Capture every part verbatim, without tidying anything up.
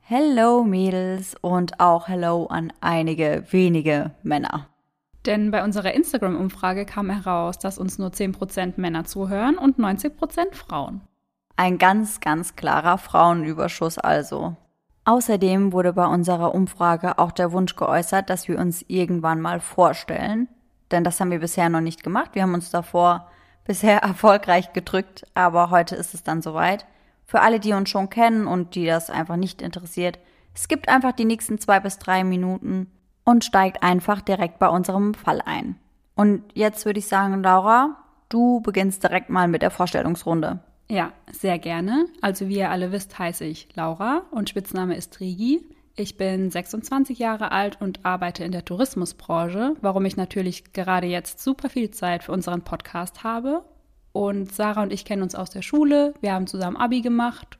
Hello Mädels und auch Hello an einige wenige Männer. Denn bei unserer Instagram-Umfrage kam heraus, dass uns nur zehn Prozent Männer zuhören und neunzig Prozent Frauen. Ein ganz, ganz klarer Frauenüberschuss also. Außerdem wurde bei unserer Umfrage auch der Wunsch geäußert, dass wir uns irgendwann mal vorstellen. Denn das haben wir bisher noch nicht gemacht. Wir haben uns davor bisher erfolgreich gedrückt, aber heute ist es dann soweit. Für alle, die uns schon kennen und die das einfach nicht interessiert, es gibt einfach die nächsten zwei bis drei Minuten und steigt einfach direkt bei unserem Fall ein. Und jetzt würde ich sagen, Laura, du beginnst direkt mal mit der Vorstellungsrunde. Ja, sehr gerne. Also wie ihr alle wisst, heiße ich Laura und Spitzname ist Trigi. Ich bin sechsundzwanzig Jahre alt und arbeite in der Tourismusbranche, warum ich natürlich gerade jetzt super viel Zeit für unseren Podcast habe. Und Sarah und ich kennen uns aus der Schule, wir haben zusammen Abi gemacht.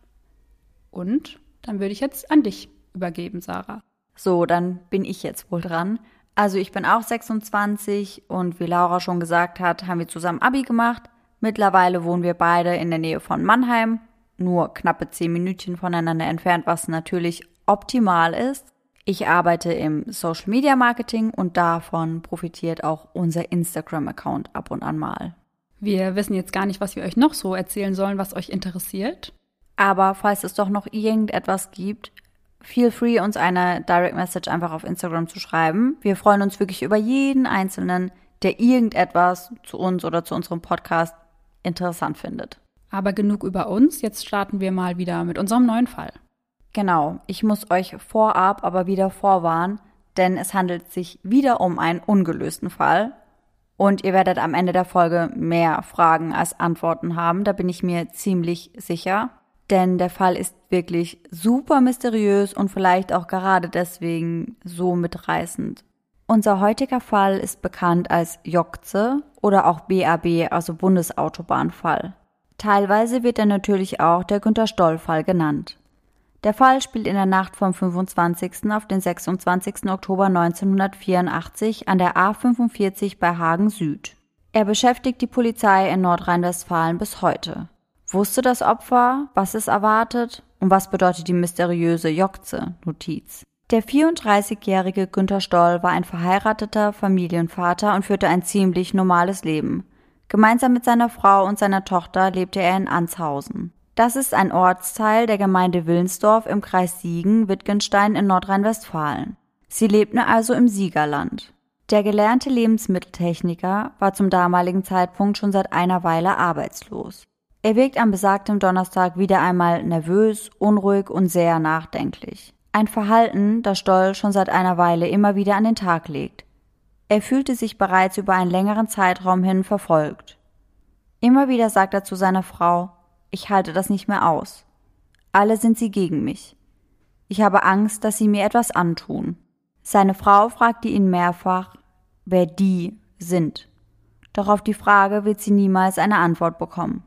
Und dann würde ich jetzt an dich übergeben, Sarah. So, dann bin ich jetzt wohl dran. Also ich bin auch sechsundzwanzig und wie Laura schon gesagt hat, haben wir zusammen Abi gemacht. Mittlerweile wohnen wir beide in der Nähe von Mannheim, nur knappe zehn Minütchen voneinander entfernt, was natürlich optimal ist. Ich arbeite im Social Media Marketing und davon profitiert auch unser Instagram-Account ab und an mal. Wir wissen jetzt gar nicht, was wir euch noch so erzählen sollen, was euch interessiert. Aber falls es doch noch irgendetwas gibt, feel free, uns eine Direct Message einfach auf Instagram zu schreiben. Wir freuen uns wirklich über jeden Einzelnen, der irgendetwas zu uns oder zu unserem Podcast interessant findet. Aber genug über uns, jetzt starten wir mal wieder mit unserem neuen Fall. Genau, ich muss euch vorab aber wieder vorwarnen, denn es handelt sich wieder um einen ungelösten Fall. Und ihr werdet am Ende der Folge mehr Fragen als Antworten haben, da bin ich mir ziemlich sicher. Denn der Fall ist wirklich super mysteriös und vielleicht auch gerade deswegen so mitreißend. Unser heutiger Fall ist bekannt als Jokce oder auch B A B, also Bundesautobahnfall. Teilweise wird er natürlich auch der Günter-Stoll-Fall genannt. Der Fall spielt in der Nacht vom fünfundzwanzigsten auf den sechsundzwanzigsten Oktober neunzehnhundertvierundachtzig an der A fünfundvierzig bei Hagen Süd. Er beschäftigt die Polizei in Nordrhein-Westfalen bis heute. Wusste das Opfer, was es erwartet und was bedeutet die mysteriöse Jokce-Notiz? Der vierunddreißigjährige Günter Stoll war ein verheirateter Familienvater und führte ein ziemlich normales Leben. Gemeinsam mit seiner Frau und seiner Tochter lebte er in Anshausen. Das ist ein Ortsteil der Gemeinde Wilnsdorf im Kreis Siegen-Wittgenstein in Nordrhein-Westfalen. Sie lebten also im Siegerland. Der gelernte Lebensmitteltechniker war zum damaligen Zeitpunkt schon seit einer Weile arbeitslos. Er wirkt am besagten Donnerstag wieder einmal nervös, unruhig und sehr nachdenklich. Ein Verhalten, das Stoll schon seit einer Weile immer wieder an den Tag legt. Er fühlte sich bereits über einen längeren Zeitraum hin verfolgt. Immer wieder sagt er zu seiner Frau: Ich halte das nicht mehr aus. Alle sind sie gegen mich. Ich habe Angst, dass sie mir etwas antun. Seine Frau fragte ihn mehrfach, wer die sind. Doch auf die Frage wird sie niemals eine Antwort bekommen.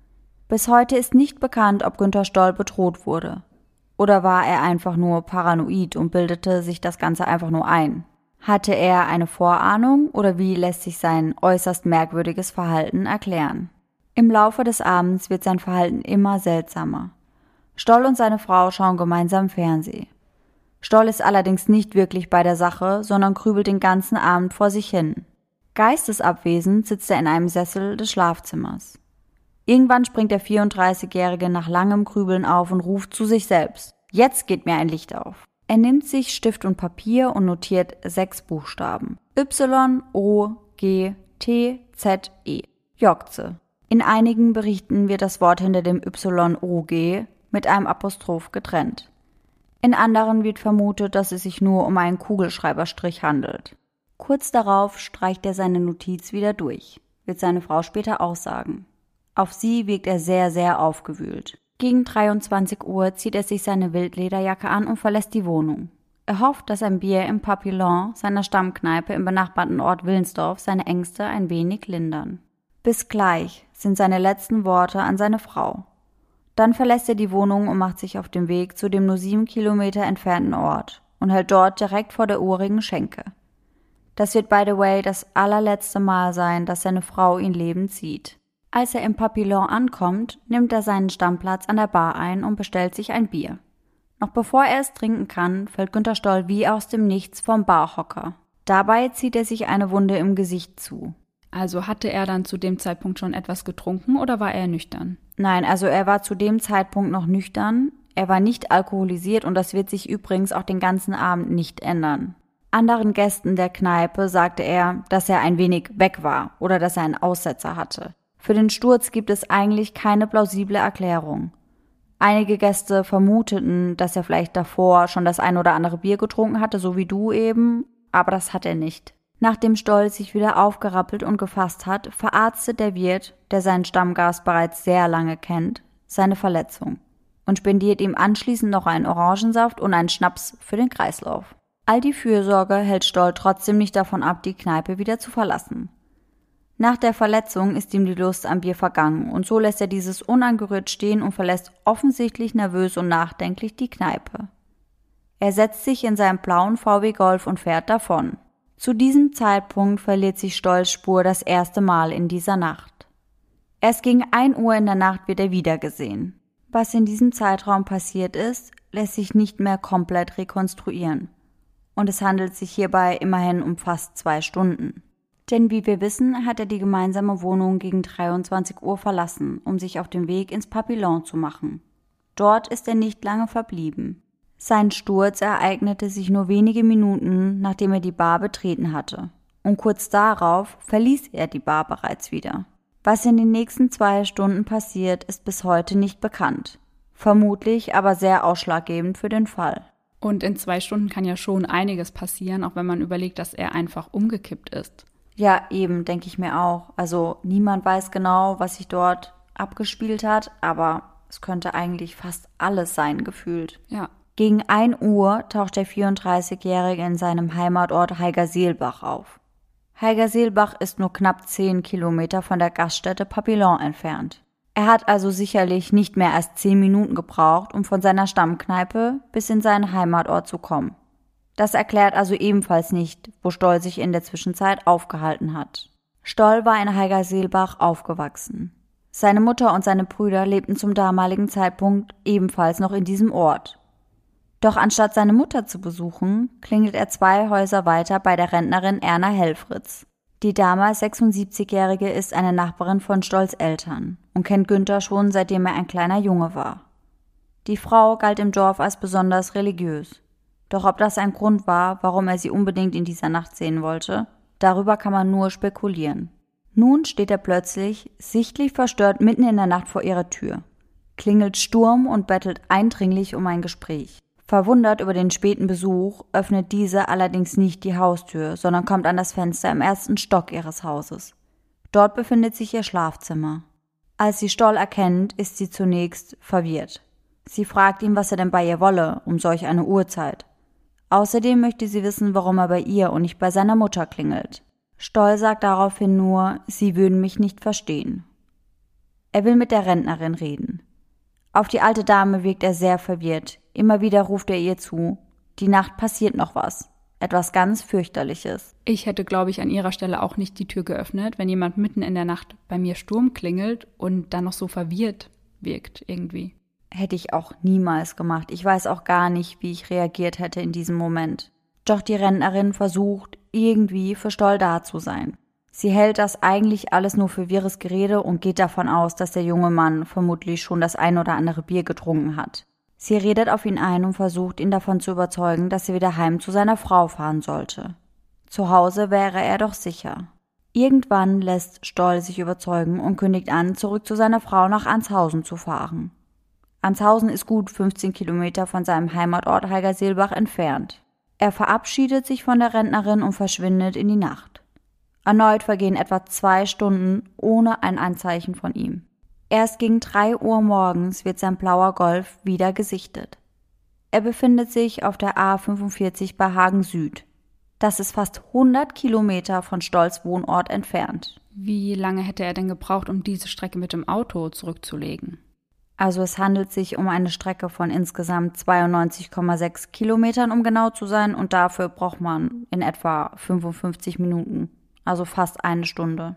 Bis heute ist nicht bekannt, ob Günter Stoll bedroht wurde. Oder war er einfach nur paranoid und bildete sich das Ganze einfach nur ein? Hatte er eine Vorahnung oder wie lässt sich sein äußerst merkwürdiges Verhalten erklären? Im Laufe des Abends wird sein Verhalten immer seltsamer. Stoll und seine Frau schauen gemeinsam Fernsehen. Stoll ist allerdings nicht wirklich bei der Sache, sondern grübelt den ganzen Abend vor sich hin. Geistesabwesend sitzt er in einem Sessel des Schlafzimmers. Irgendwann springt der vierunddreißigjährige nach langem Grübeln auf und ruft zu sich selbst: Jetzt geht mir ein Licht auf. Er nimmt sich Stift und Papier und notiert sechs Buchstaben. Y, O, G, T, Z, E. Jokce. In einigen Berichten wird das Wort hinter dem Y O G mit einem Apostroph getrennt. In anderen wird vermutet, dass es sich nur um einen Kugelschreiberstrich handelt. Kurz darauf streicht er seine Notiz wieder durch, wird seine Frau später aussagen. Auf sie wirkt er sehr, sehr aufgewühlt. Gegen dreiundzwanzig Uhr zieht er sich seine Wildlederjacke an und verlässt die Wohnung. Er hofft, dass ein Bier im Papillon, seiner Stammkneipe im benachbarten Ort Wilnsdorf, seine Ängste ein wenig lindern. Bis gleich sind seine letzten Worte an seine Frau. Dann verlässt er die Wohnung und macht sich auf den Weg zu dem nur sieben Kilometer entfernten Ort und hält dort direkt vor der urigen Schenke. Das wird, by the way, das allerletzte Mal sein, dass seine Frau ihn lebend sieht. Als er im Papillon ankommt, nimmt er seinen Stammplatz an der Bar ein und bestellt sich ein Bier. Noch bevor er es trinken kann, fällt Günter Stoll wie aus dem Nichts vom Barhocker. Dabei zieht er sich eine Wunde im Gesicht zu. Also hatte er dann zu dem Zeitpunkt schon etwas getrunken oder war er nüchtern? Nein, also er war zu dem Zeitpunkt noch nüchtern. Er war nicht alkoholisiert und das wird sich übrigens auch den ganzen Abend nicht ändern. Anderen Gästen der Kneipe sagte er, dass er ein wenig weg war oder dass er einen Aussetzer hatte. Für den Sturz gibt es eigentlich keine plausible Erklärung. Einige Gäste vermuteten, dass er vielleicht davor schon das ein oder andere Bier getrunken hatte, so wie du eben, aber das hat er nicht. Nachdem Stoll sich wieder aufgerappelt und gefasst hat, verarztet der Wirt, der seinen Stammgast bereits sehr lange kennt, seine Verletzung und spendiert ihm anschließend noch einen Orangensaft und einen Schnaps für den Kreislauf. All die Fürsorge hält Stoll trotzdem nicht davon ab, die Kneipe wieder zu verlassen. Nach der Verletzung ist ihm die Lust am Bier vergangen und so lässt er dieses unangerührt stehen und verlässt offensichtlich nervös und nachdenklich die Kneipe. Er setzt sich in seinen blauen V W Golf und fährt davon. Zu diesem Zeitpunkt verliert sich Stolls Spur das erste Mal in dieser Nacht. Erst gegen ein Uhr in der Nacht wird er wiedergesehen. Was in diesem Zeitraum passiert ist, lässt sich nicht mehr komplett rekonstruieren. Und es handelt sich hierbei immerhin um fast zwei Stunden. Denn wie wir wissen, hat er die gemeinsame Wohnung gegen dreiundzwanzig Uhr verlassen, um sich auf den Weg ins Papillon zu machen. Dort ist er nicht lange verblieben. Sein Sturz ereignete sich nur wenige Minuten, nachdem er die Bar betreten hatte. Und kurz darauf verließ er die Bar bereits wieder. Was in den nächsten zwei Stunden passiert, ist bis heute nicht bekannt. Vermutlich aber sehr ausschlaggebend für den Fall. Und in zwei Stunden kann ja schon einiges passieren, auch wenn man überlegt, dass er einfach umgekippt ist. Ja, eben, denke ich mir auch. Also niemand weiß genau, was sich dort abgespielt hat, aber es könnte eigentlich fast alles sein, gefühlt. Ja. Gegen ein Uhr taucht der vierunddreißigjährige in seinem Heimatort Heigerseelbach auf. Heigerseelbach ist nur knapp zehn Kilometer von der Gaststätte Papillon entfernt. Er hat also sicherlich nicht mehr als zehn Minuten gebraucht, um von seiner Stammkneipe bis in seinen Heimatort zu kommen. Das erklärt also ebenfalls nicht, wo Stoll sich in der Zwischenzeit aufgehalten hat. Stoll war in Heigerseelbach aufgewachsen. Seine Mutter und seine Brüder lebten zum damaligen Zeitpunkt ebenfalls noch in diesem Ort. Doch anstatt seine Mutter zu besuchen, klingelt er zwei Häuser weiter bei der Rentnerin Erna Helfritz. Die damals sechsundsiebzigjährige ist eine Nachbarin von Stolls Eltern und kennt Günter schon, seitdem er ein kleiner Junge war. Die Frau galt im Dorf als besonders religiös. Doch ob das ein Grund war, warum er sie unbedingt in dieser Nacht sehen wollte, darüber kann man nur spekulieren. Nun steht er plötzlich, sichtlich verstört, mitten in der Nacht vor ihrer Tür, klingelt Sturm und bettelt eindringlich um ein Gespräch. Verwundert über den späten Besuch, öffnet diese allerdings nicht die Haustür, sondern kommt an das Fenster im ersten Stock ihres Hauses. Dort befindet sich ihr Schlafzimmer. Als sie Stoll erkennt, ist sie zunächst verwirrt. Sie fragt ihn, was er denn bei ihr wolle, um solch eine Uhrzeit. Außerdem möchte sie wissen, warum er bei ihr und nicht bei seiner Mutter klingelt. Stoll sagt daraufhin nur, sie würden mich nicht verstehen. Er will mit der Rentnerin reden. Auf die alte Dame wirkt er sehr verwirrt. Immer wieder ruft er ihr zu, die Nacht passiert noch was. Etwas ganz fürchterliches. Ich hätte, glaube ich, an ihrer Stelle auch nicht die Tür geöffnet, wenn jemand mitten in der Nacht bei mir Sturm klingelt und dann noch so verwirrt wirkt irgendwie. Hätte ich auch niemals gemacht. Ich weiß auch gar nicht, wie ich reagiert hätte in diesem Moment. Doch die Rentnerin versucht, irgendwie für Stoll da zu sein. Sie hält das eigentlich alles nur für wirres Gerede und geht davon aus, dass der junge Mann vermutlich schon das ein oder andere Bier getrunken hat. Sie redet auf ihn ein und versucht, ihn davon zu überzeugen, dass er wieder heim zu seiner Frau fahren sollte. Zu Hause wäre er doch sicher. Irgendwann lässt Stoll sich überzeugen und kündigt an, zurück zu seiner Frau nach Anshausen zu fahren. Anshausen ist gut fünfzehn Kilometer von seinem Heimatort Heigerseelbach entfernt. Er verabschiedet sich von der Rentnerin und verschwindet in die Nacht. Erneut vergehen etwa zwei Stunden ohne ein Anzeichen von ihm. Erst gegen drei Uhr morgens wird sein blauer Golf wieder gesichtet. Er befindet sich auf der A fünfundvierzig bei Hagen Süd. Das ist fast hundert Kilometer von Stolls Wohnort entfernt. Wie lange hätte er denn gebraucht, um diese Strecke mit dem Auto zurückzulegen? Also es handelt sich um eine Strecke von insgesamt zweiundneunzig Komma sechs Kilometern, um genau zu sein, und dafür braucht man in etwa fünfundfünfzig Minuten, also fast eine Stunde.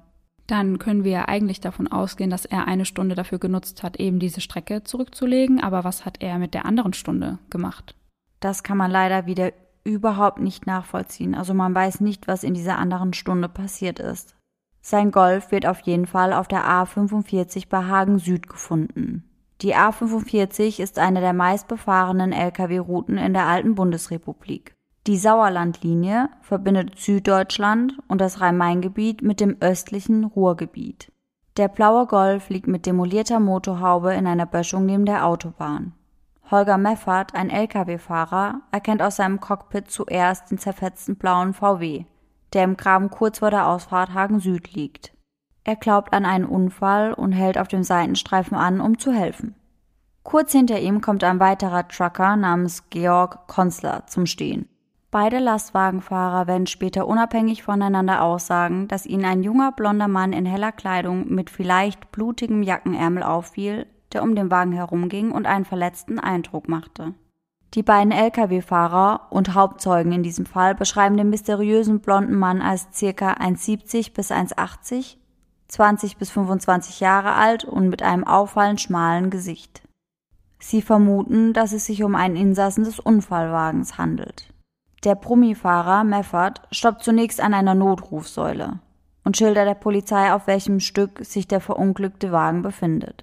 Dann können wir ja eigentlich davon ausgehen, dass er eine Stunde dafür genutzt hat, eben diese Strecke zurückzulegen. Aber was hat er mit der anderen Stunde gemacht? Das kann man leider wieder überhaupt nicht nachvollziehen. Also man weiß nicht, was in dieser anderen Stunde passiert ist. Sein Golf wird auf jeden Fall auf der A fünfundvierzig bei Hagen Süd gefunden. Die A fünfundvierzig ist eine der meistbefahrenen L K W-Routen in der alten Bundesrepublik. Die Sauerlandlinie verbindet Süddeutschland und das Rhein-Main-Gebiet mit dem östlichen Ruhrgebiet. Der blaue Golf liegt mit demolierter Motorhaube in einer Böschung neben der Autobahn. Holger Meffert, ein L K W-Fahrer, erkennt aus seinem Cockpit zuerst den zerfetzten blauen V W, der im Graben kurz vor der Ausfahrt Hagen Süd liegt. Er glaubt an einen Unfall und hält auf dem Seitenstreifen an, um zu helfen. Kurz hinter ihm kommt ein weiterer Trucker namens Georg Konzler zum Stehen. Beide Lastwagenfahrer werden später unabhängig voneinander aussagen, dass ihnen ein junger blonder Mann in heller Kleidung mit vielleicht blutigem Jackenärmel auffiel, der um den Wagen herumging und einen verletzten Eindruck machte. Die beiden L K W-Fahrer und Hauptzeugen in diesem Fall beschreiben den mysteriösen blonden Mann als ca. eins siebzig bis eins achtzig, zwanzig bis fünfundzwanzig Jahre alt und mit einem auffallend schmalen Gesicht. Sie vermuten, dass es sich um einen Insassen des Unfallwagens handelt. Der Brummifahrer Meffert stoppt zunächst an einer Notrufsäule und schildert der Polizei, auf welchem Stück sich der verunglückte Wagen befindet.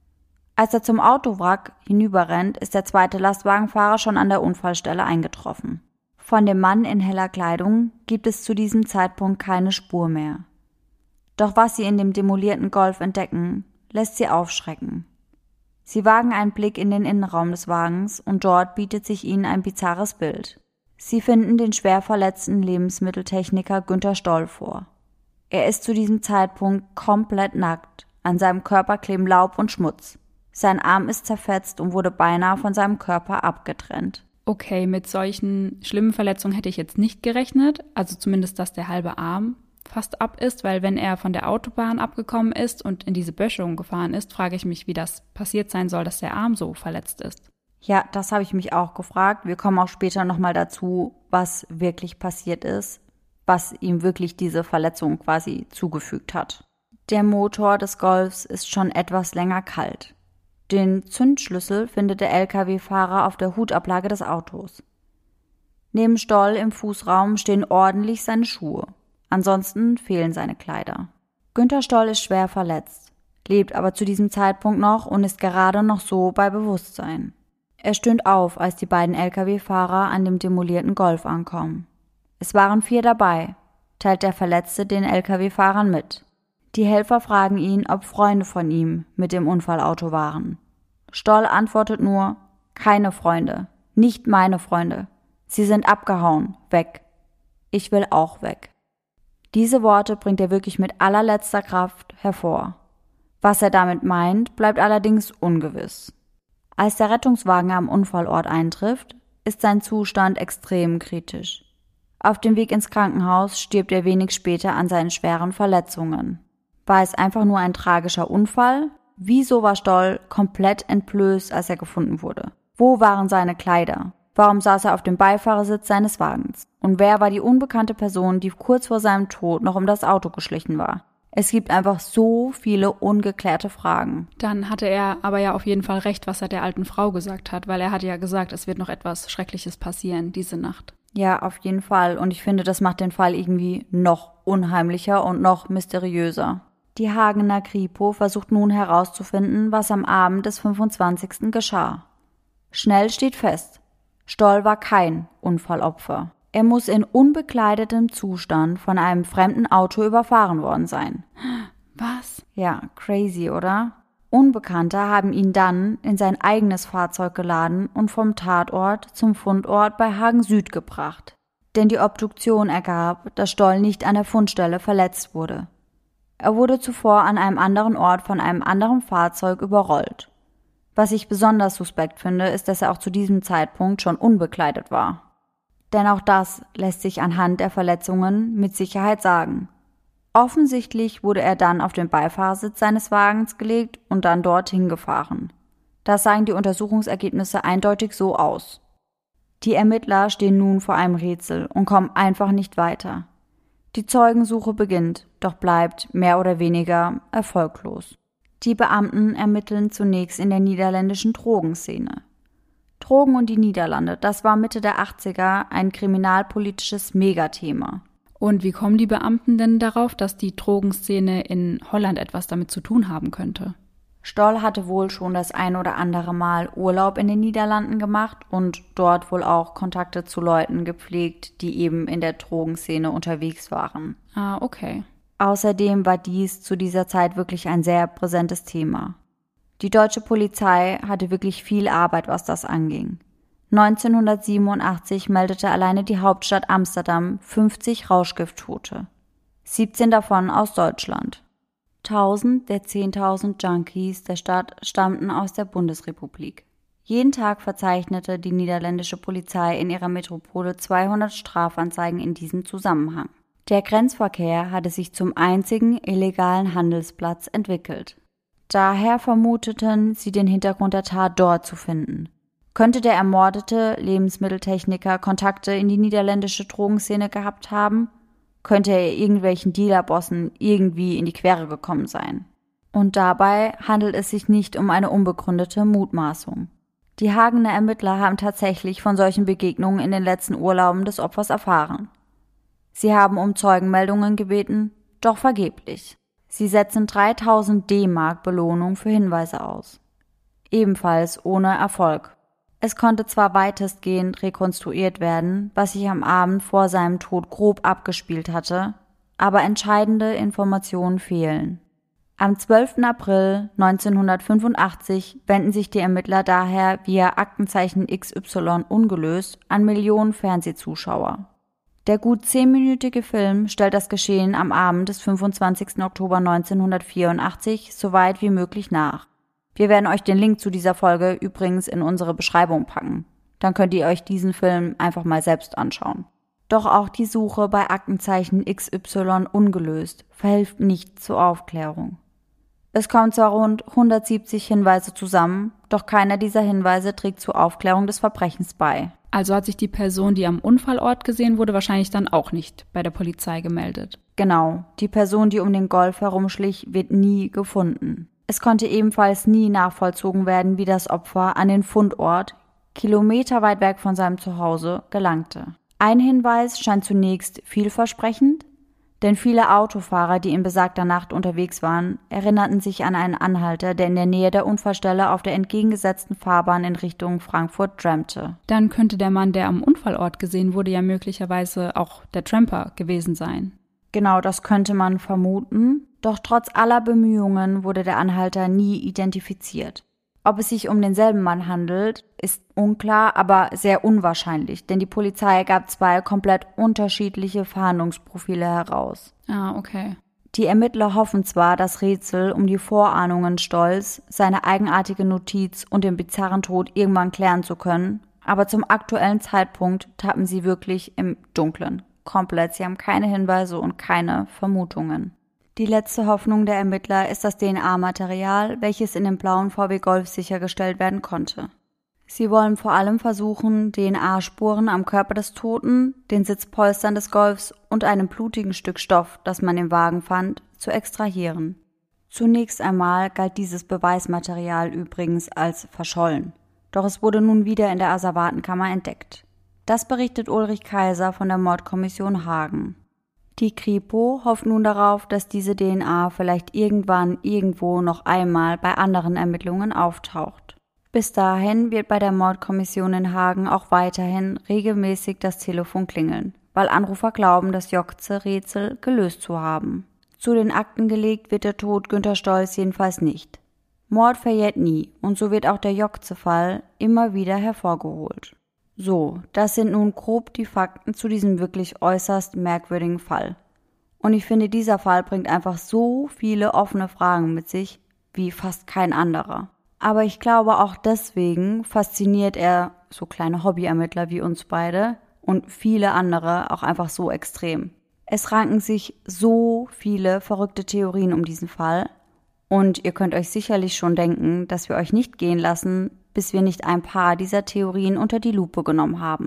Als er zum Autowrack hinüberrennt, ist der zweite Lastwagenfahrer schon an der Unfallstelle eingetroffen. Von dem Mann in heller Kleidung gibt es zu diesem Zeitpunkt keine Spur mehr. Doch was sie in dem demolierten Golf entdecken, lässt sie aufschrecken. Sie wagen einen Blick in den Innenraum des Wagens und dort bietet sich ihnen ein bizarres Bild. Sie finden den schwer verletzten Lebensmitteltechniker Günter Stoll vor. Er ist zu diesem Zeitpunkt komplett nackt, an seinem Körper kleben Laub und Schmutz. Sein Arm ist zerfetzt und wurde beinahe von seinem Körper abgetrennt. Okay, mit solchen schlimmen Verletzungen hätte ich jetzt nicht gerechnet, also zumindest, dass der halbe Arm fast ab ist, weil wenn er von der Autobahn abgekommen ist und in diese Böschung gefahren ist, frage ich mich, wie das passiert sein soll, dass der Arm so verletzt ist. Ja, das habe ich mich auch gefragt. Wir kommen auch später nochmal dazu, was wirklich passiert ist, was ihm wirklich diese Verletzung quasi zugefügt hat. Der Motor des Golfs ist schon etwas länger kalt. Den Zündschlüssel findet der L K W-Fahrer auf der Hutablage des Autos. Neben Stoll im Fußraum stehen ordentlich seine Schuhe. Ansonsten fehlen seine Kleider. Günter Stoll ist schwer verletzt, lebt aber zu diesem Zeitpunkt noch und ist gerade noch so bei Bewusstsein. Er stöhnt auf, als die beiden L K W-Fahrer an dem demolierten Golf ankommen. Es waren vier dabei, teilt der Verletzte den L K W-Fahrern mit. Die Helfer fragen ihn, ob Freunde von ihm mit dem Unfallauto waren. Stoll antwortet nur, keine Freunde, nicht meine Freunde. Sie sind abgehauen, weg. Ich will auch weg. Diese Worte bringt er wirklich mit allerletzter Kraft hervor. Was er damit meint, bleibt allerdings ungewiss. Als der Rettungswagen am Unfallort eintrifft, ist sein Zustand extrem kritisch. Auf dem Weg ins Krankenhaus stirbt er wenig später an seinen schweren Verletzungen. War es einfach nur ein tragischer Unfall? Wieso war Stoll komplett entblößt, als er gefunden wurde? Wo waren seine Kleider? Warum saß er auf dem Beifahrersitz seines Wagens? Und wer war die unbekannte Person, die kurz vor seinem Tod noch um das Auto geschlichen war? Es gibt einfach so viele ungeklärte Fragen. Dann hatte er aber ja auf jeden Fall recht, was er der alten Frau gesagt hat, weil er hatte ja gesagt, es wird noch etwas Schreckliches passieren diese Nacht. Ja, auf jeden Fall. Und ich finde, das macht den Fall irgendwie noch unheimlicher und noch mysteriöser. Die Hagener Kripo versucht nun herauszufinden, was am Abend des fünfundzwanzigsten geschah. Schnell steht fest, Stoll war kein Unfallopfer. Er muss in unbekleidetem Zustand von einem fremden Auto überfahren worden sein. Was? Ja, crazy, oder? Unbekannte haben ihn dann in sein eigenes Fahrzeug geladen und vom Tatort zum Fundort bei Hagen Süd gebracht. Denn die Obduktion ergab, dass Stoll nicht an der Fundstelle verletzt wurde. Er wurde zuvor an einem anderen Ort von einem anderen Fahrzeug überrollt. Was ich besonders suspekt finde, ist, dass er auch zu diesem Zeitpunkt schon unbekleidet war. Denn auch das lässt sich anhand der Verletzungen mit Sicherheit sagen. Offensichtlich wurde er dann auf den Beifahrersitz seines Wagens gelegt und dann dorthin gefahren. Das sagen die Untersuchungsergebnisse eindeutig so aus. Die Ermittler stehen nun vor einem Rätsel und kommen einfach nicht weiter. Die Zeugensuche beginnt, doch bleibt mehr oder weniger erfolglos. Die Beamten ermitteln zunächst in der niederländischen Drogenszene. Drogen und die Niederlande, das war Mitte der achtziger ein kriminalpolitisches Megathema. Und wie kommen die Beamten denn darauf, dass die Drogenszene in Holland etwas damit zu tun haben könnte? Stoll hatte wohl schon das ein oder andere Mal Urlaub in den Niederlanden gemacht und dort wohl auch Kontakte zu Leuten gepflegt, die eben in der Drogenszene unterwegs waren. Ah, okay. Außerdem war dies zu dieser Zeit wirklich ein sehr präsentes Thema. Die deutsche Polizei hatte wirklich viel Arbeit, was das anging. neunzehnhundertsiebenundachtzig meldete alleine die Hauptstadt Amsterdam fünfzig Rauschgifttote, siebzehn davon aus Deutschland. tausend der zehntausend Junkies der Stadt stammten aus der Bundesrepublik. Jeden Tag verzeichnete die niederländische Polizei in ihrer Metropole zweihundert Strafanzeigen in diesem Zusammenhang. Der Grenzverkehr hatte sich zum einzigen illegalen Handelsplatz entwickelt. Daher vermuteten sie den Hintergrund der Tat dort zu finden. Könnte der ermordete Lebensmitteltechniker Kontakte in die niederländische Drogenszene gehabt haben? Könnte er irgendwelchen Dealerbossen irgendwie in die Quere gekommen sein? Und dabei handelt es sich nicht um eine unbegründete Mutmaßung. Die Hagener Ermittler haben tatsächlich von solchen Begegnungen in den letzten Urlauben des Opfers erfahren. Sie haben um Zeugenmeldungen gebeten, doch vergeblich. Sie setzen dreitausend D-Mark Belohnung für Hinweise aus. Ebenfalls ohne Erfolg. Es konnte zwar weitestgehend rekonstruiert werden, was sich am Abend vor seinem Tod grob abgespielt hatte, aber entscheidende Informationen fehlen. Am zwölften April neunzehnhundertfünfundachtzig wenden sich die Ermittler daher via Aktenzeichen X Y ungelöst an Millionen Fernsehzuschauer. Der gut zehnminütige Film stellt das Geschehen am Abend des fünfundzwanzigsten Oktober neunzehnhundertvierundachtzig so weit wie möglich nach. Wir werden euch den Link zu dieser Folge übrigens in unsere Beschreibung packen. Dann könnt ihr euch diesen Film einfach mal selbst anschauen. Doch auch die Suche bei Aktenzeichen X Y ungelöst verhilft nicht zur Aufklärung. Es kommen zwar rund hundertsiebzig Hinweise zusammen, doch keiner dieser Hinweise trägt zur Aufklärung des Verbrechens bei. Also hat sich die Person, die am Unfallort gesehen wurde, wahrscheinlich dann auch nicht bei der Polizei gemeldet. Genau, die Person, die um den Golf herumschlich, wird nie gefunden. Es konnte ebenfalls nie nachvollzogen werden, wie das Opfer an den Fundort, kilometerweit weg von seinem Zuhause, gelangte. Ein Hinweis scheint zunächst vielversprechend, denn viele Autofahrer, die in besagter Nacht unterwegs waren, erinnerten sich an einen Anhalter, der in der Nähe der Unfallstelle auf der entgegengesetzten Fahrbahn in Richtung Frankfurt trampte. Dann könnte der Mann, der am Unfallort gesehen wurde, ja möglicherweise auch der Tramper gewesen sein. Genau, das könnte man vermuten, doch trotz aller Bemühungen wurde der Anhalter nie identifiziert. Ob es sich um denselben Mann handelt, ist unklar, aber sehr unwahrscheinlich, denn die Polizei gab zwei komplett unterschiedliche Fahndungsprofile heraus. Ah, okay. Die Ermittler hoffen zwar, das Rätsel um die Vorahnungen Stolls, seine eigenartige Notiz und den bizarren Tod irgendwann klären zu können, aber zum aktuellen Zeitpunkt tappen sie wirklich im Dunkeln. Komplett, sie haben keine Hinweise und keine Vermutungen. Die letzte Hoffnung der Ermittler ist das D N A-Material, welches in dem blauen V W Golf sichergestellt werden konnte. Sie wollen vor allem versuchen, D N A-Spuren am Körper des Toten, den Sitzpolstern des Golfs und einem blutigen Stück Stoff, das man im Wagen fand, zu extrahieren. Zunächst einmal galt dieses Beweismaterial übrigens als verschollen, doch es wurde nun wieder in der Asservatenkammer entdeckt. Das berichtet Ulrich Kaiser von der Mordkommission Hagen. Die Kripo hofft nun darauf, dass diese D N A vielleicht irgendwann irgendwo noch einmal bei anderen Ermittlungen auftaucht. Bis dahin wird bei der Mordkommission in Hagen auch weiterhin regelmäßig das Telefon klingeln, weil Anrufer glauben, das Jokze-Rätsel gelöst zu haben. Zu den Akten gelegt wird der Tod Günter Stolls jedenfalls nicht. Mord verjährt nie und so wird auch der Jokze-Fall immer wieder hervorgeholt. So, das sind nun grob die Fakten zu diesem wirklich äußerst merkwürdigen Fall. Und ich finde, dieser Fall bringt einfach so viele offene Fragen mit sich, wie fast kein anderer. Aber ich glaube, auch deswegen fasziniert er so kleine Hobbyermittler wie uns beide und viele andere auch einfach so extrem. Es ranken sich so viele verrückte Theorien um diesen Fall und ihr könnt euch sicherlich schon denken, dass wir euch nicht gehen lassen, bis wir nicht ein paar dieser Theorien unter die Lupe genommen haben.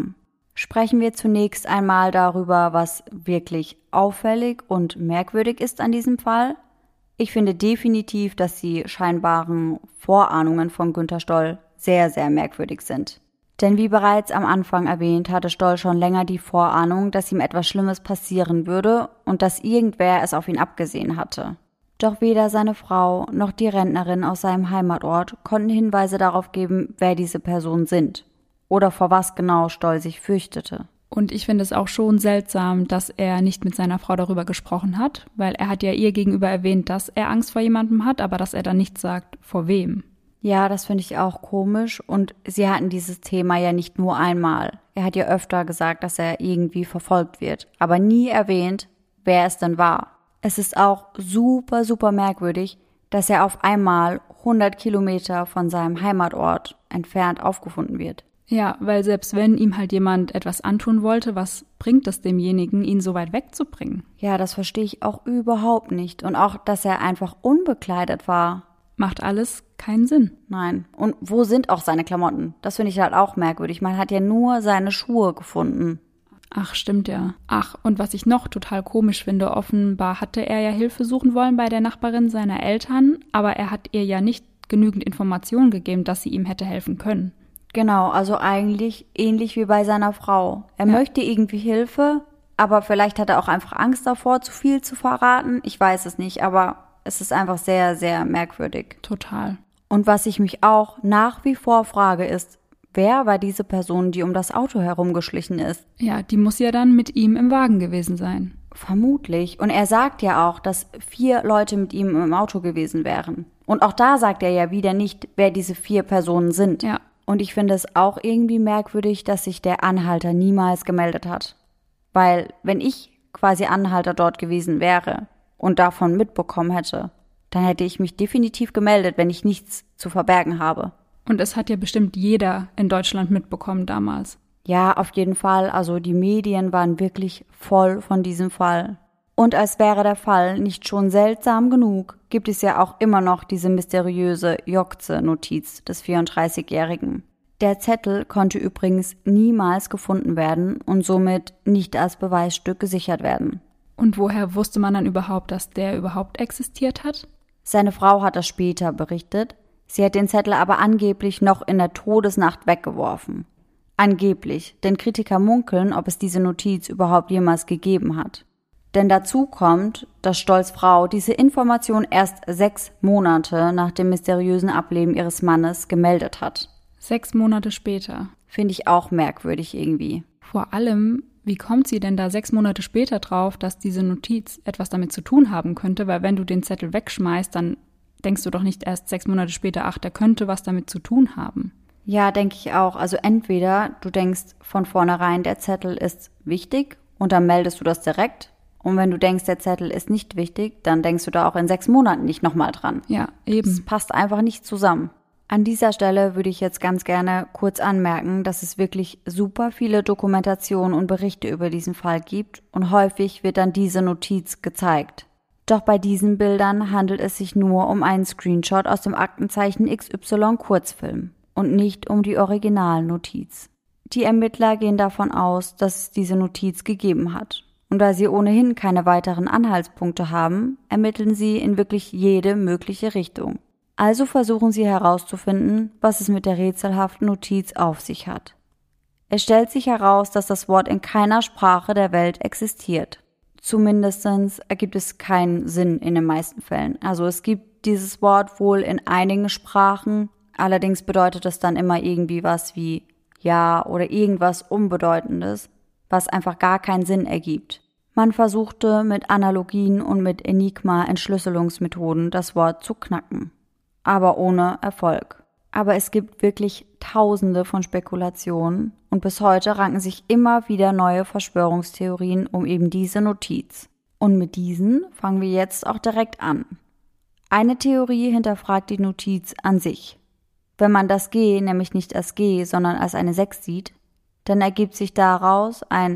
Sprechen wir zunächst einmal darüber, was wirklich auffällig und merkwürdig ist an diesem Fall. Ich finde definitiv, dass die scheinbaren Vorahnungen von Günter Stoll sehr, sehr merkwürdig sind. Denn wie bereits am Anfang erwähnt, hatte Stoll schon länger die Vorahnung, dass ihm etwas Schlimmes passieren würde und dass irgendwer es auf ihn abgesehen hatte. Doch weder seine Frau noch die Rentnerin aus seinem Heimatort konnten Hinweise darauf geben, wer diese Personen sind oder vor was genau Stoll sich fürchtete. Und ich finde es auch schon seltsam, dass er nicht mit seiner Frau darüber gesprochen hat, weil er hat ja ihr gegenüber erwähnt, dass er Angst vor jemandem hat, aber dass er dann nicht sagt, vor wem. Ja, das finde ich auch komisch und sie hatten dieses Thema ja nicht nur einmal. Er hat ja öfter gesagt, dass er irgendwie verfolgt wird, aber nie erwähnt, wer es denn war. Es ist auch super, super merkwürdig, dass er auf einmal hundert Kilometer von seinem Heimatort entfernt aufgefunden wird. Ja, weil selbst wenn ihm halt jemand etwas antun wollte, was bringt es demjenigen, ihn so weit wegzubringen? Ja, das verstehe ich auch überhaupt nicht. Und auch, dass er einfach unbekleidet war. Macht alles keinen Sinn. Nein. Und wo sind auch seine Klamotten? Das finde ich halt auch merkwürdig. Man hat ja nur seine Schuhe gefunden. Ach, stimmt ja. Ach, und was ich noch total komisch finde, offenbar hatte er ja Hilfe suchen wollen bei der Nachbarin seiner Eltern, aber er hat ihr ja nicht genügend Informationen gegeben, dass sie ihm hätte helfen können. Genau, also eigentlich ähnlich wie bei seiner Frau. Er Ja. möchte irgendwie Hilfe, aber vielleicht hat er auch einfach Angst davor, zu viel zu verraten. Ich weiß es nicht, aber es ist einfach sehr, sehr merkwürdig. Total. Und was ich mich auch nach wie vor frage ist, wer war diese Person, die um das Auto herumgeschlichen ist? Ja, die muss ja dann mit ihm im Wagen gewesen sein. Vermutlich. Und er sagt ja auch, dass vier Leute mit ihm im Auto gewesen wären. Und auch da sagt er ja wieder nicht, wer diese vier Personen sind. Ja. Und ich finde es auch irgendwie merkwürdig, dass sich der Anhalter niemals gemeldet hat. Weil wenn ich quasi Anhalter dort gewesen wäre und davon mitbekommen hätte, dann hätte ich mich definitiv gemeldet, wenn ich nichts zu verbergen habe. Und es hat ja bestimmt jeder in Deutschland mitbekommen damals. Ja, auf jeden Fall. Also die Medien waren wirklich voll von diesem Fall. Und als wäre der Fall nicht schon seltsam genug, gibt es ja auch immer noch diese mysteriöse Jokze-Notiz des vierunddreißigjährigen. Der Zettel konnte übrigens niemals gefunden werden und somit nicht als Beweisstück gesichert werden. Und woher wusste man dann überhaupt, dass der überhaupt existiert hat? Seine Frau hat das später berichtet. Sie hat den Zettel aber angeblich noch in der Todesnacht weggeworfen. Angeblich, denn Kritiker munkeln, ob es diese Notiz überhaupt jemals gegeben hat. Denn dazu kommt, dass Stolls Frau diese Information erst sechs Monate nach dem mysteriösen Ableben ihres Mannes gemeldet hat. Sechs Monate später. Finde ich auch merkwürdig irgendwie. Vor allem, wie kommt sie denn da sechs Monate später drauf, dass diese Notiz etwas damit zu tun haben könnte? Weil wenn du den Zettel wegschmeißt, dann denkst du doch nicht erst sechs Monate später, ach, der könnte was damit zu tun haben. Ja, denke ich auch. Also entweder du denkst von vornherein, der Zettel ist wichtig und dann meldest du das direkt. Und wenn du denkst, der Zettel ist nicht wichtig, dann denkst du da auch in sechs Monaten nicht nochmal dran. Ja, eben. Das passt einfach nicht zusammen. An dieser Stelle würde ich jetzt ganz gerne kurz anmerken, dass es wirklich super viele Dokumentationen und Berichte über diesen Fall gibt und häufig wird dann diese Notiz gezeigt. Doch bei diesen Bildern handelt es sich nur um einen Screenshot aus dem Aktenzeichen X Y Kurzfilm und nicht um die Originalnotiz. Die Ermittler gehen davon aus, dass es diese Notiz gegeben hat. Und da sie ohnehin keine weiteren Anhaltspunkte haben, ermitteln sie in wirklich jede mögliche Richtung. Also versuchen sie herauszufinden, was es mit der rätselhaften Notiz auf sich hat. Es stellt sich heraus, dass das Wort in keiner Sprache der Welt existiert. Zumindest ergibt es keinen Sinn in den meisten Fällen. Also es gibt dieses Wort wohl in einigen Sprachen, allerdings bedeutet es dann immer irgendwie was wie ja oder irgendwas Unbedeutendes, was einfach gar keinen Sinn ergibt. Man versuchte mit Analogien und mit Enigma-Entschlüsselungsmethoden das Wort zu knacken, aber ohne Erfolg. Aber es gibt wirklich Tausende von Spekulationen und bis heute ranken sich immer wieder neue Verschwörungstheorien um eben diese Notiz. Und mit diesen fangen wir jetzt auch direkt an. Eine Theorie hinterfragt die Notiz an sich. Wenn man das G nämlich nicht als G, sondern als eine sechs sieht, dann ergibt sich daraus ein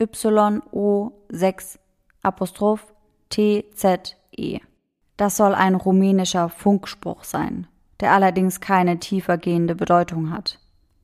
Y O sechs Apostroph T Z E. Das soll ein rumänischer Funkspruch sein, der allerdings keine tiefergehende Bedeutung hat.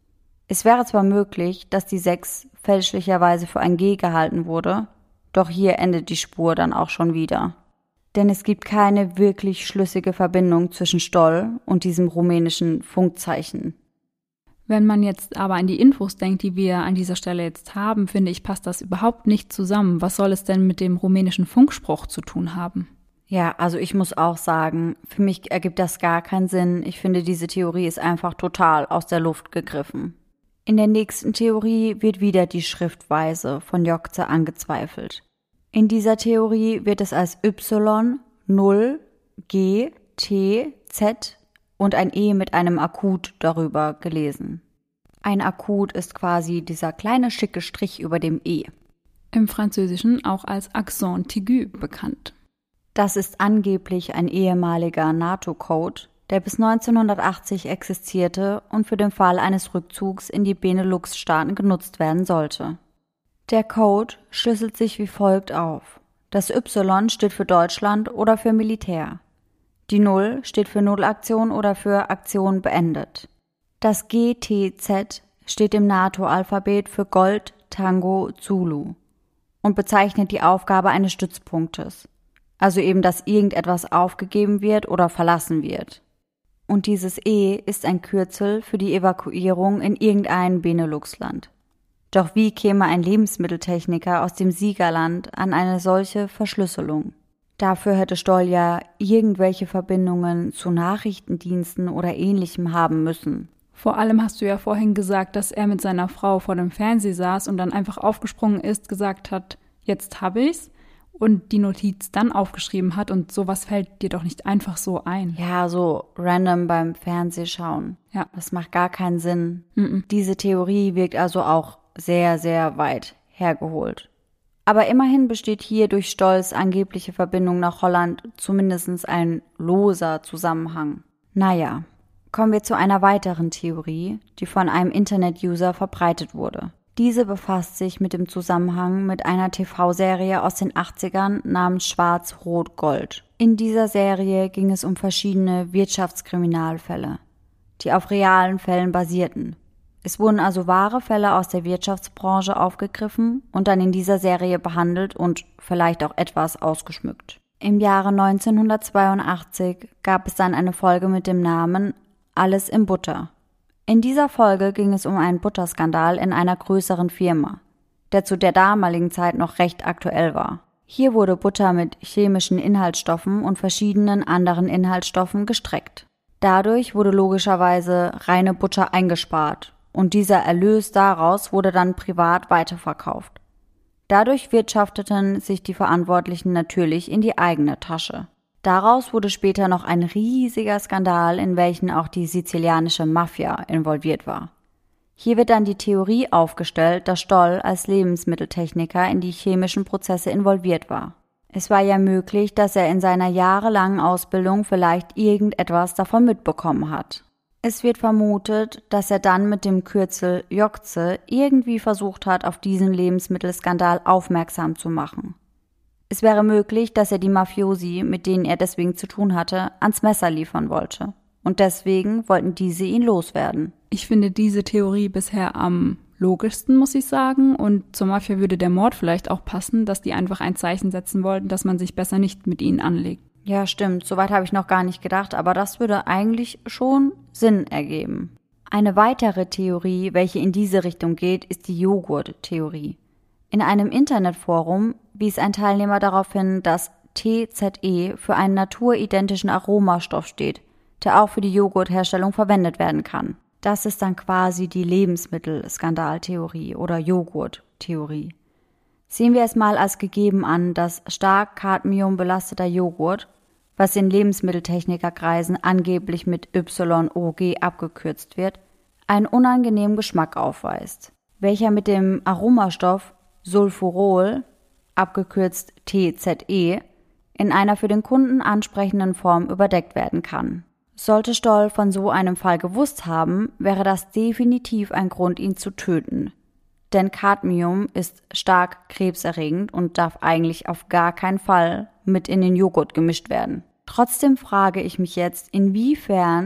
Es wäre zwar möglich, dass die sechs fälschlicherweise für ein G gehalten wurde, doch hier endet die Spur dann auch schon wieder. Denn es gibt keine wirklich schlüssige Verbindung zwischen Stoll und diesem rumänischen Funkzeichen. Wenn man jetzt aber an die Infos denkt, die wir an dieser Stelle jetzt haben, finde ich, passt das überhaupt nicht zusammen. Was soll es denn mit dem rumänischen Funkspruch zu tun haben? Ja, also ich muss auch sagen, für mich ergibt das gar keinen Sinn. Ich finde, diese Theorie ist einfach total aus der Luft gegriffen. In der nächsten Theorie wird wieder die Schriftweise von Jokce angezweifelt. In dieser Theorie wird es als Y, null, G, T, Z und ein E mit einem Akut darüber gelesen. Ein Akut ist quasi dieser kleine schicke Strich über dem E. Im Französischen auch als Accent aigu bekannt. Das ist angeblich ein ehemaliger NATO-Code, der bis neunzehnhundertachtzig existierte und für den Fall eines Rückzugs in die Benelux-Staaten genutzt werden sollte. Der Code schlüsselt sich wie folgt auf. Das Y steht für Deutschland oder für Militär. Die null steht für Nullaktion oder für Aktion beendet. Das G T Z steht im NATO-Alphabet für Gold, Tango, Zulu und bezeichnet die Aufgabe eines Stützpunktes. Also eben, dass irgendetwas aufgegeben wird oder verlassen wird. Und dieses E ist ein Kürzel für die Evakuierung in irgendein Benelux-Land. Doch wie käme ein Lebensmitteltechniker aus dem Siegerland an eine solche Verschlüsselung? Dafür hätte Stoll ja irgendwelche Verbindungen zu Nachrichtendiensten oder Ähnlichem haben müssen. Vor allem hast du ja vorhin gesagt, dass er mit seiner Frau vor dem Fernseher saß und dann einfach aufgesprungen ist, gesagt hat, jetzt hab ich's. Und die Notiz dann aufgeschrieben hat und sowas fällt dir doch nicht einfach so ein. Ja, so random beim Fernsehschauen. Ja. Das macht gar keinen Sinn. Mm-mm. Diese Theorie wirkt also auch sehr, sehr weit hergeholt. Aber immerhin besteht hier durch Stolls angebliche Verbindung nach Holland zumindest ein loser Zusammenhang. Naja, kommen wir zu einer weiteren Theorie, die von einem Internet-User verbreitet wurde. Diese befasst sich mit dem Zusammenhang mit einer T V-Serie aus den achtzigern namens Schwarz-Rot-Gold. In dieser Serie ging es um verschiedene Wirtschaftskriminalfälle, die auf realen Fällen basierten. Es wurden also wahre Fälle aus der Wirtschaftsbranche aufgegriffen und dann in dieser Serie behandelt und vielleicht auch etwas ausgeschmückt. Im Jahre neunzehnhundertzweiundachtzig gab es dann eine Folge mit dem Namen Alles in Butter. In dieser Folge ging es um einen Butterskandal in einer größeren Firma, der zu der damaligen Zeit noch recht aktuell war. Hier wurde Butter mit chemischen Inhaltsstoffen und verschiedenen anderen Inhaltsstoffen gestreckt. Dadurch wurde logischerweise reine Butter eingespart und dieser Erlös daraus wurde dann privat weiterverkauft. Dadurch wirtschafteten sich die Verantwortlichen natürlich in die eigene Tasche. Daraus wurde später noch ein riesiger Skandal, in welchen auch die sizilianische Mafia involviert war. Hier wird dann die Theorie aufgestellt, dass Stoll als Lebensmitteltechniker in die chemischen Prozesse involviert war. Es war ja möglich, dass er in seiner jahrelangen Ausbildung vielleicht irgendetwas davon mitbekommen hat. Es wird vermutet, dass er dann mit dem Kürzel Jokce irgendwie versucht hat, auf diesen Lebensmittelskandal aufmerksam zu machen. Es wäre möglich, dass er die Mafiosi, mit denen er deswegen zu tun hatte, ans Messer liefern wollte. Und deswegen wollten diese ihn loswerden. Ich finde diese Theorie bisher am logischsten, muss ich sagen. Und zur Mafia würde der Mord vielleicht auch passen, dass die einfach ein Zeichen setzen wollten, dass man sich besser nicht mit ihnen anlegt. Ja, stimmt. Soweit habe ich noch gar nicht gedacht. Aber das würde eigentlich schon Sinn ergeben. Eine weitere Theorie, welche in diese Richtung geht, ist die Joghurt-Theorie. In einem Internetforum wies ein Teilnehmer darauf hin, dass T Z E für einen naturidentischen Aromastoff steht, der auch für die Joghurtherstellung verwendet werden kann. Das ist dann quasi die Lebensmittelskandaltheorie oder Joghurttheorie. Sehen wir es mal als gegeben an, dass stark cadmiumbelasteter Joghurt, was in Lebensmitteltechnikerkreisen angeblich mit Y O G abgekürzt wird, einen unangenehmen Geschmack aufweist, welcher mit dem Aromastoff Sulfurol, abgekürzt T Z E, in einer für den Kunden ansprechenden Form überdeckt werden kann. Sollte Stoll von so einem Fall gewusst haben, wäre das definitiv ein Grund, ihn zu töten. Denn Cadmium ist stark krebserregend und darf eigentlich auf gar keinen Fall mit in den Joghurt gemischt werden. Trotzdem frage ich mich jetzt, inwiefern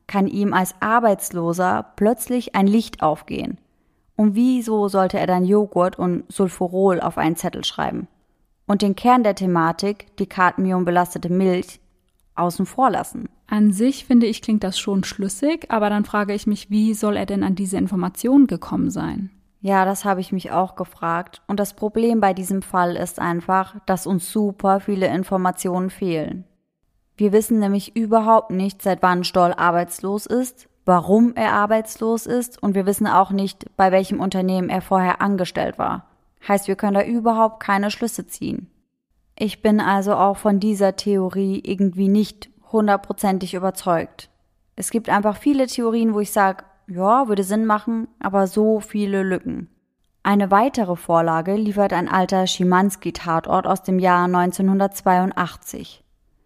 kann ihm als Arbeitsloser plötzlich ein Licht aufgehen? Und wieso sollte er dann Joghurt und Sulforol auf einen Zettel schreiben? Und den Kern der Thematik, die cadmiumbelastete Milch, außen vor lassen? An sich, finde ich, klingt das schon schlüssig, aber dann frage ich mich, wie soll er denn an diese Informationen gekommen sein? Ja, das habe ich mich auch gefragt. Und das Problem bei diesem Fall ist einfach, dass uns super viele Informationen fehlen. Wir wissen nämlich überhaupt nicht, seit wann Stoll arbeitslos ist, warum er arbeitslos ist und wir wissen auch nicht, bei welchem Unternehmen er vorher angestellt war. Heißt, wir können da überhaupt keine Schlüsse ziehen. Ich bin also auch von dieser Theorie irgendwie nicht hundertprozentig überzeugt. Es gibt einfach viele Theorien, wo ich sage, ja, würde Sinn machen, aber so viele Lücken. Eine weitere Vorlage liefert ein alter Schimanski-Tatort aus dem Jahr neunzehnhundertzweiundachtzig.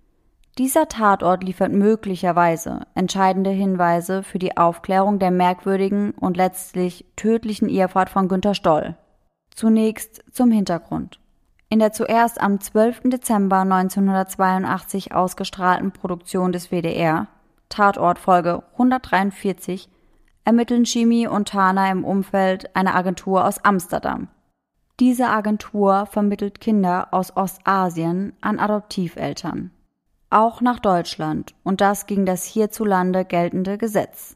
Dieser Tatort liefert möglicherweise entscheidende Hinweise für die Aufklärung der merkwürdigen und letztlich tödlichen Irrfahrt von Günter Stoll. Zunächst zum Hintergrund. In der zuerst am zwölften Dezember neunzehnhundertzweiundachtzig ausgestrahlten Produktion des W D R, Tatort Folge hundertdreiundvierzig, ermitteln Chimi und Tana im Umfeld einer Agentur aus Amsterdam. Diese Agentur vermittelt Kinder aus Ostasien an Adoptiveltern. Auch nach Deutschland, und das gegen das hierzulande geltende Gesetz.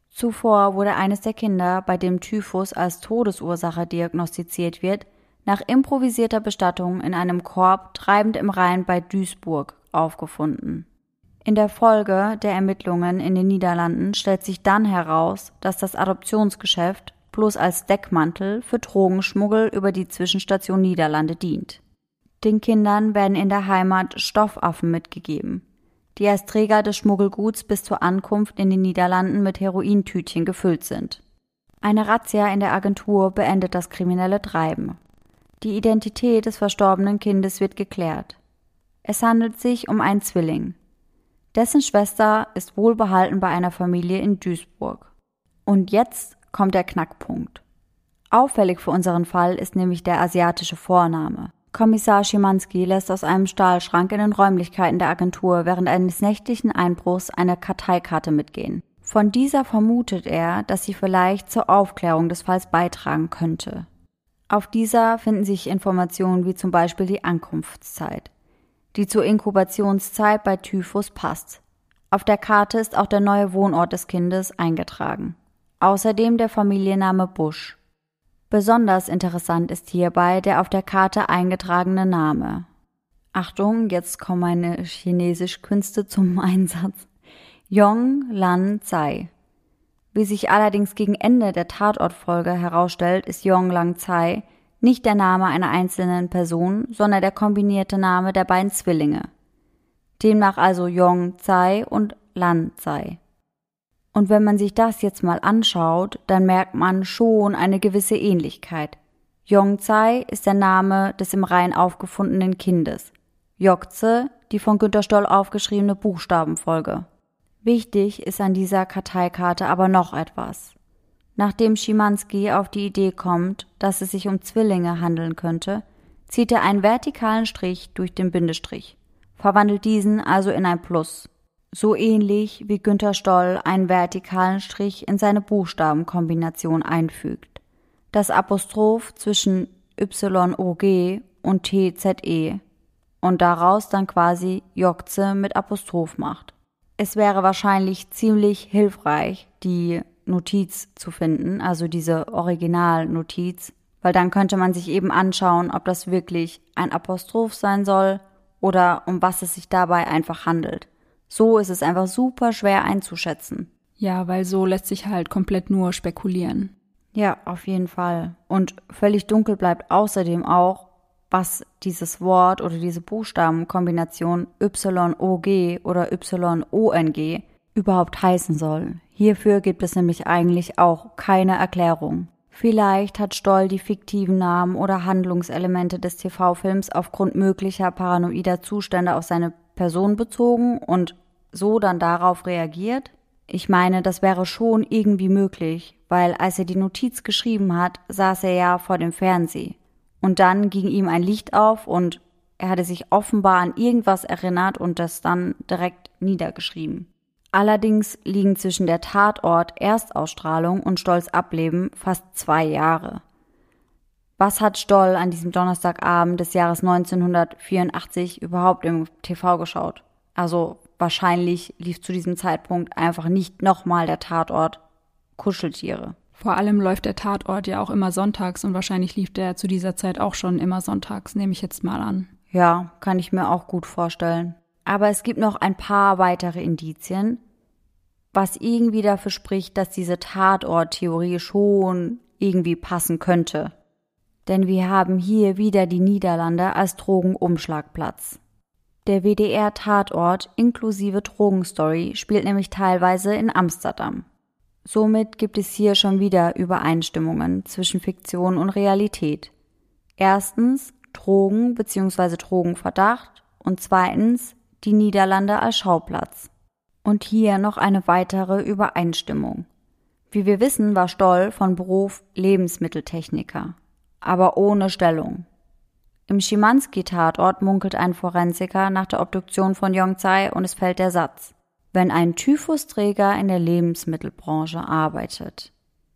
Zuvor wurde eines der Kinder, bei dem Typhus als Todesursache diagnostiziert wird, nach improvisierter Bestattung in einem Korb treibend im Rhein bei Duisburg aufgefunden. In der Folge der Ermittlungen in den Niederlanden stellt sich dann heraus, dass das Adoptionsgeschäft bloß als Deckmantel für Drogenschmuggel über die Zwischenstation Niederlande dient. Den Kindern werden in der Heimat Stoffaffen mitgegeben, die als Träger des Schmuggelguts bis zur Ankunft in den Niederlanden mit Herointütchen gefüllt sind. Eine Razzia in der Agentur beendet das kriminelle Treiben. Die Identität des verstorbenen Kindes wird geklärt. Es handelt sich um einen Zwilling. Dessen Schwester ist wohlbehalten bei einer Familie in Duisburg. Und jetzt kommt der Knackpunkt. Auffällig für unseren Fall ist nämlich der asiatische Vorname. Kommissar Schimanski lässt aus einem Stahlschrank in den Räumlichkeiten der Agentur während eines nächtlichen Einbruchs eine Karteikarte mitgehen. Von dieser vermutet er, dass sie vielleicht zur Aufklärung des Falls beitragen könnte. Auf dieser finden sich Informationen wie zum Beispiel die Ankunftszeit, die zur Inkubationszeit bei Typhus passt. Auf der Karte ist auch der neue Wohnort des Kindes eingetragen. Außerdem der Familienname Busch. Besonders interessant ist hierbei der auf der Karte eingetragene Name. Achtung, jetzt kommen meine Chinesischkünste zum Einsatz. Yong Lan Tsai. Wie sich allerdings gegen Ende der Tatortfolge herausstellt, ist Yong Lan Tsai nicht der Name einer einzelnen Person, sondern der kombinierte Name der beiden Zwillinge. Demnach also Yong Tsai und Lan Tsai. Und wenn man sich das jetzt mal anschaut, dann merkt man schon eine gewisse Ähnlichkeit. Yong Tsai ist der Name des im Rhein aufgefundenen Kindes. Jokze, die von Günter Stoll aufgeschriebene Buchstabenfolge. Wichtig ist an dieser Karteikarte aber noch etwas. Nachdem Schimanski auf die Idee kommt, dass es sich um Zwillinge handeln könnte, zieht er einen vertikalen Strich durch den Bindestrich, verwandelt diesen also in ein Plus. So ähnlich wie Günter Stoll einen vertikalen Strich in seine Buchstabenkombination einfügt. Das Apostroph zwischen Y O G und T Z E und daraus dann quasi Jokze mit Apostroph macht. Es wäre wahrscheinlich ziemlich hilfreich, die Notiz zu finden, also diese Originalnotiz, weil dann könnte man sich eben anschauen, ob das wirklich ein Apostroph sein soll oder um was es sich dabei einfach handelt. So ist es einfach super schwer einzuschätzen. Ja, weil so lässt sich halt komplett nur spekulieren. Ja, auf jeden Fall. Und völlig dunkel bleibt außerdem auch, was dieses Wort oder diese Buchstabenkombination Y O G oder Y O N G überhaupt heißen soll. Hierfür gibt es nämlich eigentlich auch keine Erklärung. Vielleicht hat Stoll die fiktiven Namen oder Handlungselemente des T V-Films aufgrund möglicher paranoider Zustände auf seine Person bezogen und so dann darauf reagiert? Ich meine, das wäre schon irgendwie möglich, weil als er die Notiz geschrieben hat, saß er ja vor dem Fernseher. Und dann ging ihm ein Licht auf und er hatte sich offenbar an irgendwas erinnert und das dann direkt niedergeschrieben. Allerdings liegen zwischen der Tatort-Erstausstrahlung und Stolls Ableben fast zwei Jahre. Was hat Stoll an diesem Donnerstagabend des Jahres neunzehnhundertvierundachtzig überhaupt im T V geschaut? Also wahrscheinlich lief zu diesem Zeitpunkt einfach nicht nochmal der Tatort Kuscheltiere. Vor allem läuft der Tatort ja auch immer sonntags und wahrscheinlich lief der zu dieser Zeit auch schon immer sonntags, nehme ich jetzt mal an. Ja, kann ich mir auch gut vorstellen. Aber es gibt noch ein paar weitere Indizien, was irgendwie dafür spricht, dass diese Tatort-Theorie schon irgendwie passen könnte. Denn wir haben hier wieder die Niederlande als Drogenumschlagplatz. Der W D R-Tatort inklusive Drogenstory spielt nämlich teilweise in Amsterdam. Somit gibt es hier schon wieder Übereinstimmungen zwischen Fiktion und Realität. Erstens Drogen bzw. Drogenverdacht und zweitens die Niederlande als Schauplatz. Und hier noch eine weitere Übereinstimmung. Wie wir wissen, war Stoll von Beruf Lebensmitteltechniker, aber ohne Stellung. Im Schimanski-Tatort munkelt ein Forensiker nach der Obduktion von Yongzai und es fällt der Satz: Wenn ein Typhusträger in der Lebensmittelbranche arbeitet.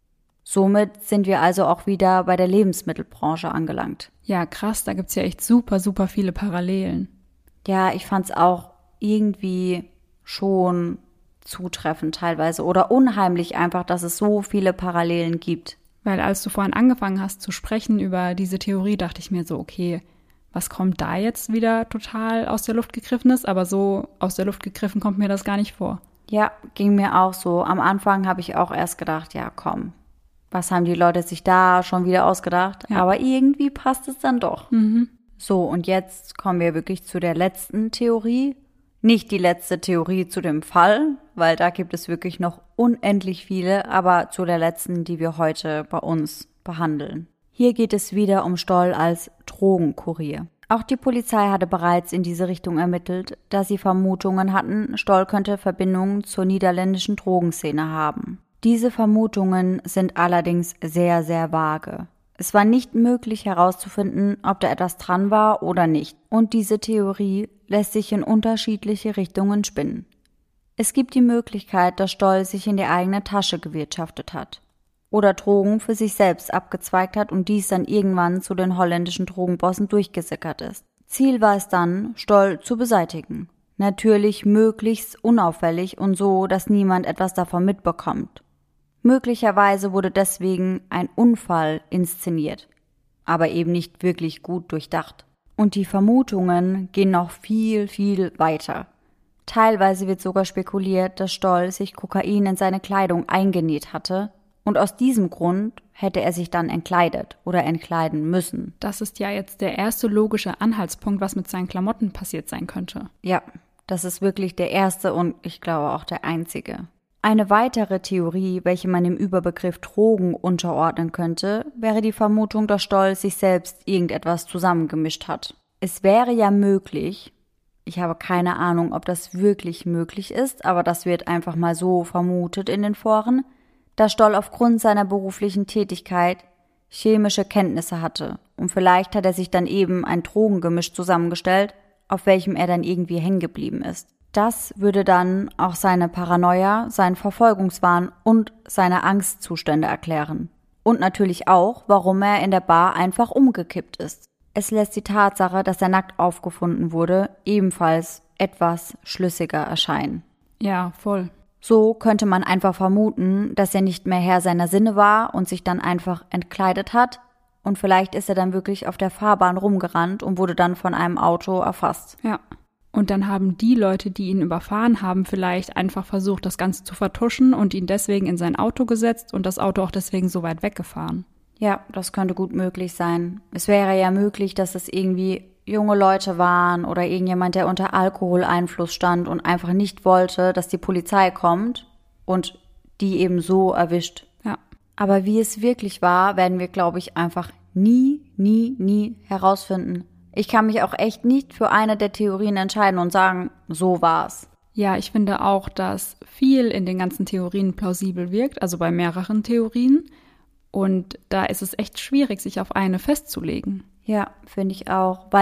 Somit sind wir also auch wieder bei der Lebensmittelbranche angelangt. Ja, krass, da gibt's ja echt super, super viele Parallelen. Ja, ich fand's auch irgendwie schon zutreffend teilweise oder unheimlich einfach, dass es so viele Parallelen gibt. Weil als du vorhin angefangen hast zu sprechen über diese Theorie, dachte ich mir so, okay, was kommt da jetzt wieder total aus der Luft gegriffenes? Aber so aus der Luft gegriffen kommt mir das gar nicht vor. Ja, ging mir auch so. Am Anfang habe ich auch erst gedacht, ja komm, was haben die Leute sich da schon wieder ausgedacht? Ja. Aber irgendwie passt es dann doch. Mhm. So, und jetzt kommen wir wirklich zu der letzten Theorie. Nicht die letzte Theorie zu dem Fall, weil da gibt es wirklich noch unendlich viele, aber zu der letzten, die wir heute bei uns behandeln. Hier geht es wieder um Stoll als Drogenkurier. Auch die Polizei hatte bereits in diese Richtung ermittelt, da sie Vermutungen hatten, Stoll könnte Verbindungen zur niederländischen Drogenszene haben. Diese Vermutungen sind allerdings sehr, sehr vage. Es war nicht möglich herauszufinden, ob da etwas dran war oder nicht. Und diese Theorie lässt sich in unterschiedliche Richtungen spinnen. Es gibt die Möglichkeit, dass Stoll sich in die eigene Tasche gewirtschaftet hat. Oder Drogen für sich selbst abgezweigt hat und dies dann irgendwann zu den holländischen Drogenbossen durchgesickert ist. Ziel war es dann, Stoll zu beseitigen. Natürlich möglichst unauffällig und so, dass niemand etwas davon mitbekommt. Möglicherweise wurde deswegen ein Unfall inszeniert, aber eben nicht wirklich gut durchdacht. Und die Vermutungen gehen noch viel, viel weiter. Teilweise wird sogar spekuliert, dass Stoll sich Kokain in seine Kleidung eingenäht hatte und aus diesem Grund hätte er sich dann entkleidet oder entkleiden müssen. Das ist ja jetzt der erste logische Anhaltspunkt, was mit seinen Klamotten passiert sein könnte. Ja, das ist wirklich der erste und ich glaube auch der einzige. Eine weitere Theorie, welche man dem Überbegriff Drogen unterordnen könnte, wäre die Vermutung, dass Stoll sich selbst irgendetwas zusammengemischt hat. Es wäre ja möglich, ich habe keine Ahnung, ob das wirklich möglich ist, aber das wird einfach mal so vermutet in den Foren, dass Stoll aufgrund seiner beruflichen Tätigkeit chemische Kenntnisse hatte und vielleicht hat er sich dann eben ein Drogengemisch zusammengestellt, auf welchem er dann irgendwie hängen geblieben ist. Das würde dann auch seine Paranoia, seinen Verfolgungswahn und seine Angstzustände erklären. Und natürlich auch, warum er in der Bar einfach umgekippt ist. Es lässt die Tatsache, dass er nackt aufgefunden wurde, ebenfalls etwas schlüssiger erscheinen. Ja, voll. So könnte man einfach vermuten, dass er nicht mehr Herr seiner Sinne war und sich dann einfach entkleidet hat. Und vielleicht ist er dann wirklich auf der Fahrbahn rumgerannt und wurde dann von einem Auto erfasst. Ja. Und dann haben die Leute, die ihn überfahren haben, vielleicht einfach versucht, das Ganze zu vertuschen und ihn deswegen in sein Auto gesetzt und das Auto auch deswegen so weit weggefahren. Ja, das könnte gut möglich sein. Es wäre ja möglich, dass es irgendwie junge Leute waren oder irgendjemand, der unter Alkoholeinfluss stand und einfach nicht wollte, dass die Polizei kommt und die eben so erwischt. Ja. Aber wie es wirklich war, werden wir, glaube ich, einfach nie, nie, nie herausfinden. Ich kann mich auch echt nicht für eine der Theorien entscheiden und sagen, so war's. Ja, ich finde auch, dass viel in den ganzen Theorien plausibel wirkt, also bei mehreren Theorien. Und da ist es echt schwierig, sich auf eine festzulegen. Ja, finde ich auch, weil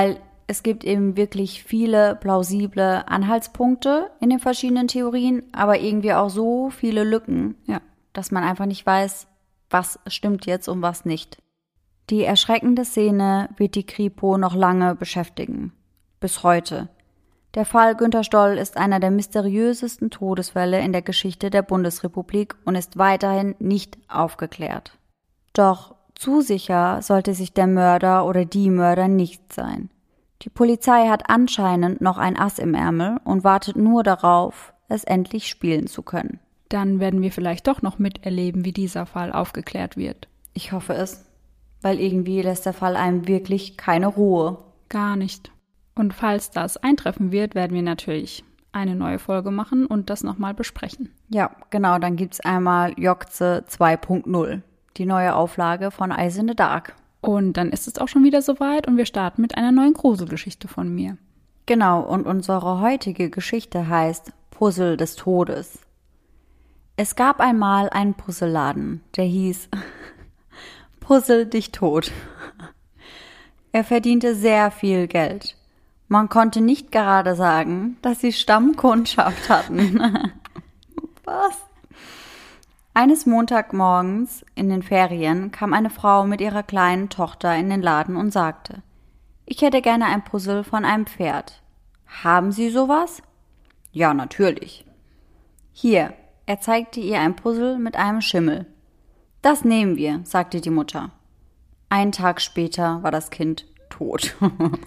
es gibt eben wirklich viele plausible Anhaltspunkte in den verschiedenen Theorien, aber irgendwie auch so viele Lücken, Ja. dass man einfach nicht weiß, was stimmt jetzt und was nicht. Die erschreckende Szene wird die Kripo noch lange beschäftigen. Bis heute. Der Fall Günter Stoll ist einer der mysteriösesten Todesfälle in der Geschichte der Bundesrepublik und ist weiterhin nicht aufgeklärt. Doch zu sicher sollte sich der Mörder oder die Mörder nicht sein. Die Polizei hat anscheinend noch ein Ass im Ärmel und wartet nur darauf, es endlich spielen zu können. Dann werden wir vielleicht doch noch miterleben, wie dieser Fall aufgeklärt wird. Ich hoffe es, weil irgendwie lässt der Fall einem wirklich keine Ruhe. Gar nicht. Und falls das eintreffen wird, werden wir natürlich eine neue Folge machen und das nochmal besprechen. Ja, genau, dann gibt's einmal Jokze zwei Punkt null, die neue Auflage von Eyes in the Dark. Und dann ist es auch schon wieder soweit und wir starten mit einer neuen Gruselgeschichte von mir. Genau, und unsere heutige Geschichte heißt Puzzle des Todes. Es gab einmal einen Puzzlelladen, der hieß Puzzle dich tot. Er verdiente sehr viel Geld. Man konnte nicht gerade sagen, dass sie Stammkundschaft hatten. Was? Eines Montagmorgens in den Ferien kam eine Frau mit ihrer kleinen Tochter in den Laden und sagte: Ich hätte gerne ein Puzzle von einem Pferd. Haben Sie sowas? Ja, natürlich. Hier, er zeigte ihr ein Puzzle mit einem Schimmel. Das nehmen wir, sagte die Mutter. Einen Tag später war das Kind tot.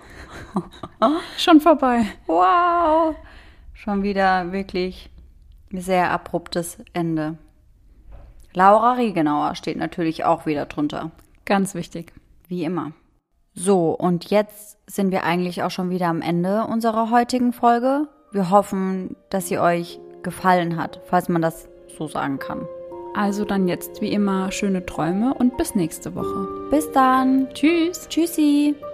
Schon vorbei. Wow! Schon wieder wirklich sehr abruptes Ende. Laura Riegenauer steht natürlich auch wieder drunter. Ganz wichtig. Wie immer. So, und jetzt sind wir eigentlich auch schon wieder am Ende unserer heutigen Folge. Wir hoffen, dass sie euch gefallen hat, falls man das so sagen kann. Also dann jetzt wie immer schöne Träume und bis nächste Woche. Bis dann. Tschüss. Tschüssi.